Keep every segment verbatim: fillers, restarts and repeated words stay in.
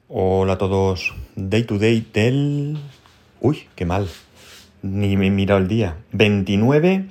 Hola a todos. Day to day del... Uy, qué mal. Ni me he mirado el día. veintinueve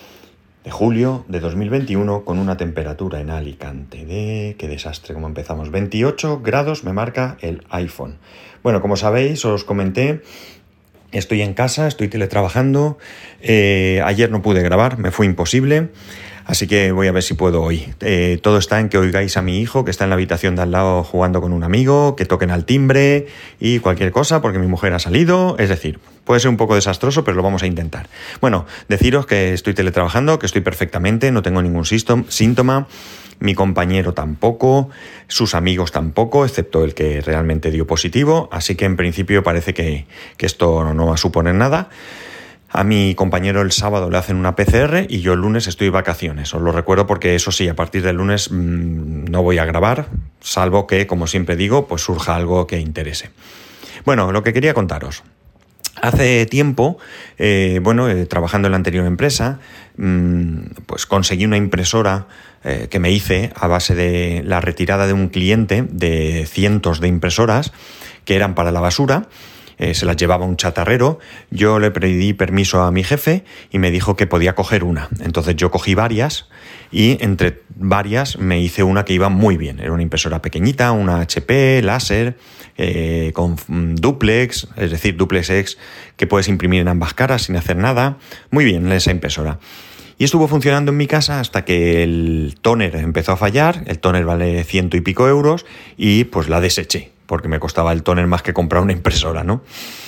de julio de dos mil veintiuno con una temperatura en Alicante de... Qué desastre como empezamos. veintiocho grados me marca el iPhone. Bueno, como sabéis, os comenté, estoy en casa, estoy teletrabajando. Eh, ayer no pude grabar, me fue imposible. Así que voy a ver si puedo hoy. Eh, todo está en que oigáis a mi hijo, que está en la habitación de al lado jugando con un amigo, que toquen al timbre y cualquier cosa, porque mi mujer ha salido. Es decir, puede ser un poco desastroso, pero lo vamos a intentar. Bueno, deciros que estoy teletrabajando, que estoy perfectamente, no tengo ningún síntoma. Mi compañero tampoco, sus amigos tampoco, excepto el que realmente dio positivo. Así que en principio parece que, que esto no va a suponer nada. A mi compañero el sábado le hacen una P C R y yo el lunes estoy de vacaciones. Os lo recuerdo porque eso sí, a partir del lunes mmm, no voy a grabar, salvo que, como siempre digo, pues surja algo que interese. Bueno, lo que quería contaros. Hace tiempo, eh, bueno, eh, trabajando en la anterior empresa, mmm, pues conseguí una impresora eh, que me hice a base de la retirada de un cliente de cientos de impresoras que eran para la basura. Eh, se las llevaba un chatarrero. Yo le pedí permiso a mi jefe y me dijo que podía coger una. Entonces yo cogí varias y entre varias me hice una que iba muy bien. Era una impresora pequeñita, una H P, láser, eh, con duplex, es decir, duplex X, que puedes imprimir en ambas caras sin hacer nada. Muy bien esa impresora. Y estuvo funcionando en mi casa hasta que el tóner empezó a fallar. El tóner vale ciento y pico euros y pues la deseché, porque me costaba el tóner más que comprar una impresora, ¿no?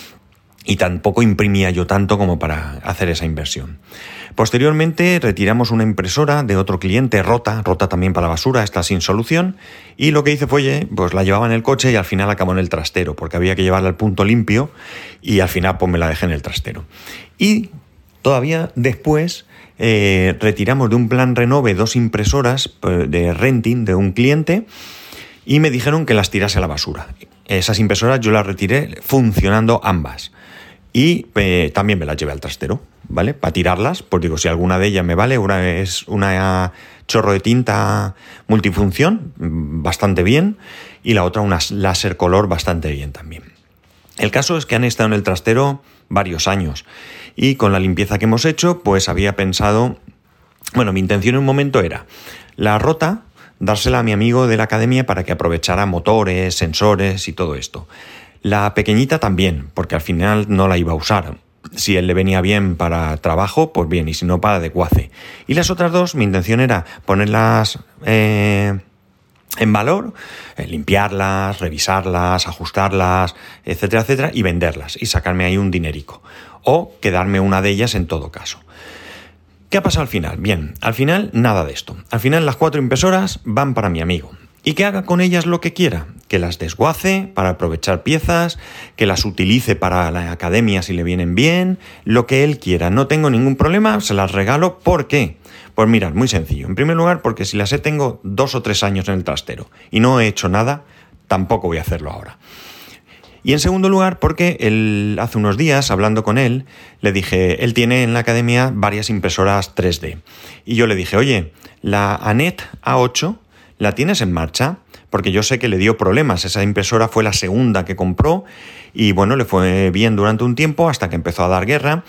Y tampoco imprimía yo tanto como para hacer esa inversión. Posteriormente retiramos una impresora de otro cliente rota, rota también para basura, esta sin solución, y lo que hice fue, pues la llevaba en el coche y al final acabó en el trastero, porque había que llevarla al punto limpio y al final pues me la dejé en el trastero. Y todavía después eh, retiramos de un plan Renove dos impresoras de renting de un cliente y me dijeron que las tirase a la basura. Esas impresoras yo las retiré funcionando ambas. Y eh, también me las llevé al trastero, ¿vale? Para tirarlas, pues digo, si alguna de ellas me vale, una es una chorro de tinta multifunción, bastante bien, y la otra una láser color bastante bien también. El caso es que han estado en el trastero varios años y con la limpieza que hemos hecho, pues había pensado, bueno, mi intención en un momento era la rota, dársela a mi amigo de la academia para que aprovechara motores, sensores y todo esto. La pequeñita también, porque al final no la iba a usar. Si él le venía bien para trabajo, pues bien, y si no, para adecuace. Y las otras dos, mi intención era ponerlas eh, en valor, eh, limpiarlas, revisarlas, ajustarlas, etcétera, etcétera, y venderlas, y sacarme ahí un dinerico. O quedarme una de ellas en todo caso. ¿Qué ha pasado al final? Bien, al final nada de esto. Al final las cuatro impresoras van para mi amigo. Y que haga con ellas lo que quiera. Que las desguace para aprovechar piezas, que las utilice para la academia si le vienen bien, lo que él quiera. No tengo ningún problema, se las regalo. ¿Por qué? Pues mirad, muy sencillo. En primer lugar, porque si las he tengo dos o tres años en el trastero y no he hecho nada, tampoco voy a hacerlo ahora. Y en segundo lugar, porque él, hace unos días, hablando con él, le dije, él tiene en la academia varias impresoras tres D. Y yo le dije, oye, la Anet A ocho, ¿la tienes en marcha? Porque yo sé que le dio problemas. Esa impresora fue la segunda que compró y, bueno, le fue bien durante un tiempo hasta que empezó a dar guerra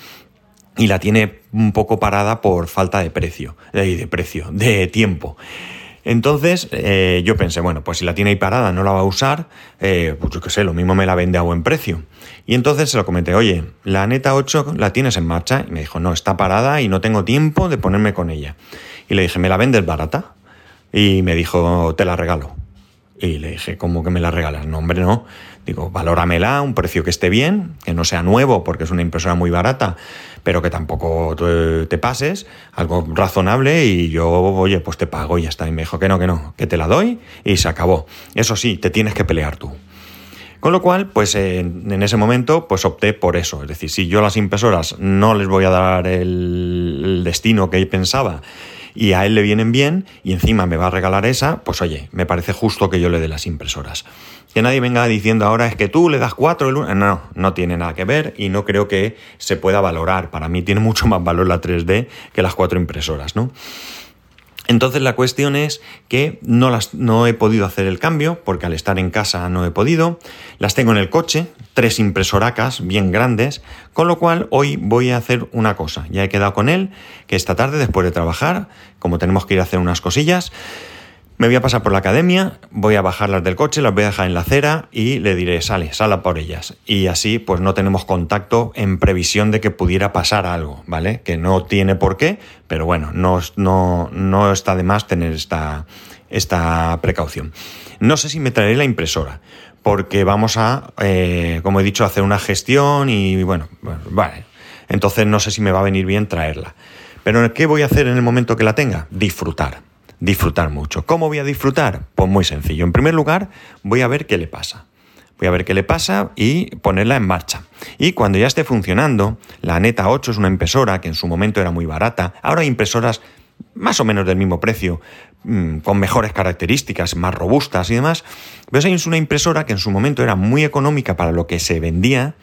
y la tiene un poco parada por falta de precio, de, de precio, de tiempo. Entonces eh, yo pensé, bueno, pues si la tiene ahí parada, no la va a usar, eh, pues yo qué sé, lo mismo me la vende a buen precio. Y entonces se lo comenté, oye, la Neta ocho la tienes en marcha, y me dijo, no, está parada y no tengo tiempo de ponerme con ella. Y le dije, ¿me la vendes barata? Y me dijo, te la regalo. Y le dije, ¿cómo que me la regalas? No, hombre, no. Digo, valóramela, un precio que esté bien, que no sea nuevo porque es una impresora muy barata, pero que tampoco te, te pases, algo razonable y yo, oye, pues te pago y ya está. Y me dijo que no, que no, que te la doy y se acabó. Eso sí, te tienes que pelear tú. Con lo cual, pues en, en ese momento, pues opté por eso. Es decir, si yo las impresoras no les voy a dar el, el destino que pensaba y a él le vienen bien y encima me va a regalar esa, pues oye, me parece justo que yo le dé las impresoras. Que nadie venga diciendo ahora es que tú le das cuatro, el uno. No, no tiene nada que ver y no creo que se pueda valorar. Para mí tiene mucho más valor la tres D que las cuatro impresoras, ¿no? Entonces la cuestión es que no, las, no he podido hacer el cambio, porque al estar en casa no he podido. Las tengo en el coche, tres impresoracas bien grandes, con lo cual hoy voy a hacer una cosa. Ya he quedado con él, que esta tarde, después de trabajar, como tenemos que ir a hacer unas cosillas, me voy a pasar por la academia, voy a bajarlas del coche, las voy a dejar en la acera y le diré, sale, sal a por ellas. Y así pues no tenemos contacto en previsión de que pudiera pasar algo, ¿vale? Que no tiene por qué, pero bueno, no, no, no está de más tener esta, esta precaución. No sé si me traeré la impresora, porque vamos a, eh, como he dicho, hacer una gestión y bueno, bueno, vale. Entonces no sé si me va a venir bien traerla. Pero ¿qué voy a hacer en el momento que la tenga? Disfrutar. Disfrutar mucho. ¿Cómo voy a disfrutar? Pues muy sencillo. En primer lugar, voy a ver qué le pasa. Voy a ver qué le pasa y ponerla en marcha. Y cuando ya esté funcionando, la Neta ocho es una impresora que en su momento era muy barata. Ahora hay impresoras más o menos del mismo precio, mmm, con mejores características, más robustas y demás. Pero esa es una impresora que en su momento era muy económica para lo que se vendía.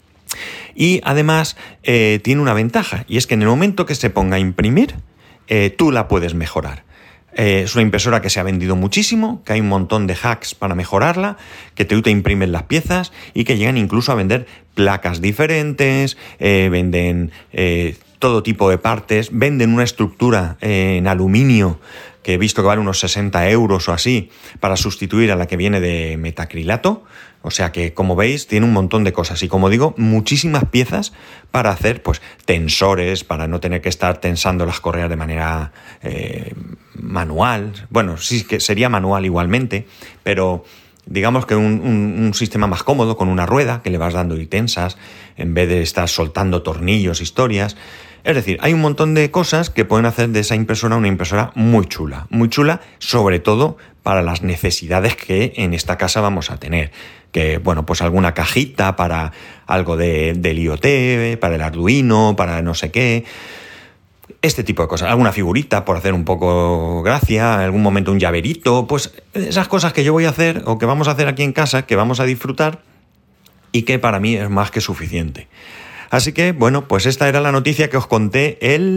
Y además eh, tiene una ventaja, y es que en el momento que se ponga a imprimir, eh, tú la puedes mejorar. Eh, es una impresora que se ha vendido muchísimo, que hay un montón de hacks para mejorarla, que te, te imprimen las piezas y que llegan incluso a vender placas diferentes, eh, venden eh, todo tipo de partes, venden una estructura eh, en aluminio que he visto que vale unos sesenta euros o así, para sustituir a la que viene de metacrilato. O sea que, como veis, tiene un montón de cosas. Y como digo, muchísimas piezas para hacer pues tensores, para no tener que estar tensando las correas de manera eh, manual. Bueno, sí que sería manual igualmente, pero digamos que un, un, un sistema más cómodo, con una rueda que le vas dando y tensas, en vez de estar soltando tornillos, historias. Es decir, hay un montón de cosas que pueden hacer de esa impresora una impresora muy chula. Muy chula, sobre todo para las necesidades que en esta casa vamos a tener. Que, bueno, pues alguna cajita para algo de, del I O T, para el Arduino, para no sé qué. Este tipo de cosas. Alguna figurita por hacer un poco gracia, en algún momento un llaverito. Pues esas cosas que yo voy a hacer o que vamos a hacer aquí en casa, que vamos a disfrutar y que para mí es más que suficiente. Así que, bueno, pues esta era la noticia que os conté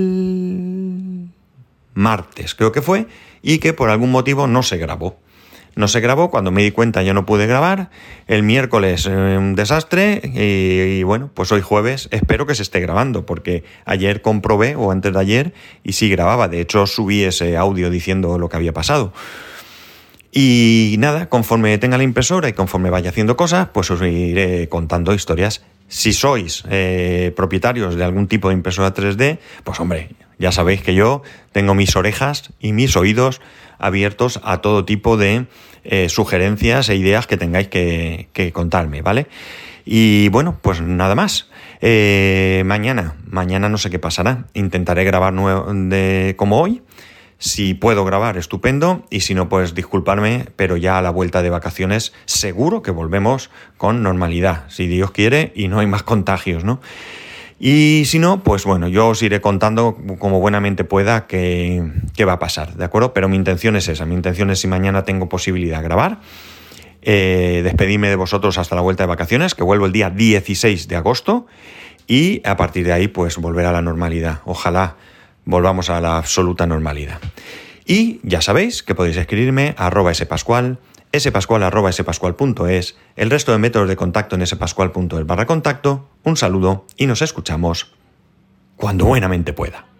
el martes, creo que fue, y que por algún motivo no se grabó. No se grabó, cuando me di cuenta ya no pude grabar. El miércoles eh, un desastre y, y bueno, pues hoy jueves espero que se esté grabando, porque ayer comprobé, o antes de ayer, y sí grababa. De hecho subí ese audio diciendo lo que había pasado. Y nada, conforme tenga la impresora y conforme vaya haciendo cosas, pues os iré contando historias. Si sois eh, propietarios de algún tipo de impresora tres D, pues hombre, ya sabéis que yo tengo mis orejas y mis oídos abiertos a todo tipo de eh, sugerencias e ideas que tengáis que, que contarme, ¿vale? Y bueno, pues nada más. Eh, mañana, mañana no sé qué pasará. Intentaré grabar nuevo de, como hoy. Si puedo grabar, estupendo, y si no, pues disculparme, pero ya a la vuelta de vacaciones seguro que volvemos con normalidad, si Dios quiere y no hay más contagios, ¿no? Y si no, pues bueno, yo os iré contando como buenamente pueda qué, qué va a pasar, ¿de acuerdo? Pero mi intención es esa, mi intención es, si mañana tengo posibilidad de grabar, eh, despedirme de vosotros hasta la vuelta de vacaciones, que vuelvo el día dieciséis de agosto, y a partir de ahí pues volver a la normalidad. Ojalá volvamos a la absoluta normalidad. Y ya sabéis que podéis escribirme a arroba spascual, spascual arroba spascual punto es, el resto de métodos de contacto en spascual punto es barra contacto. Un saludo y nos escuchamos cuando buenamente pueda.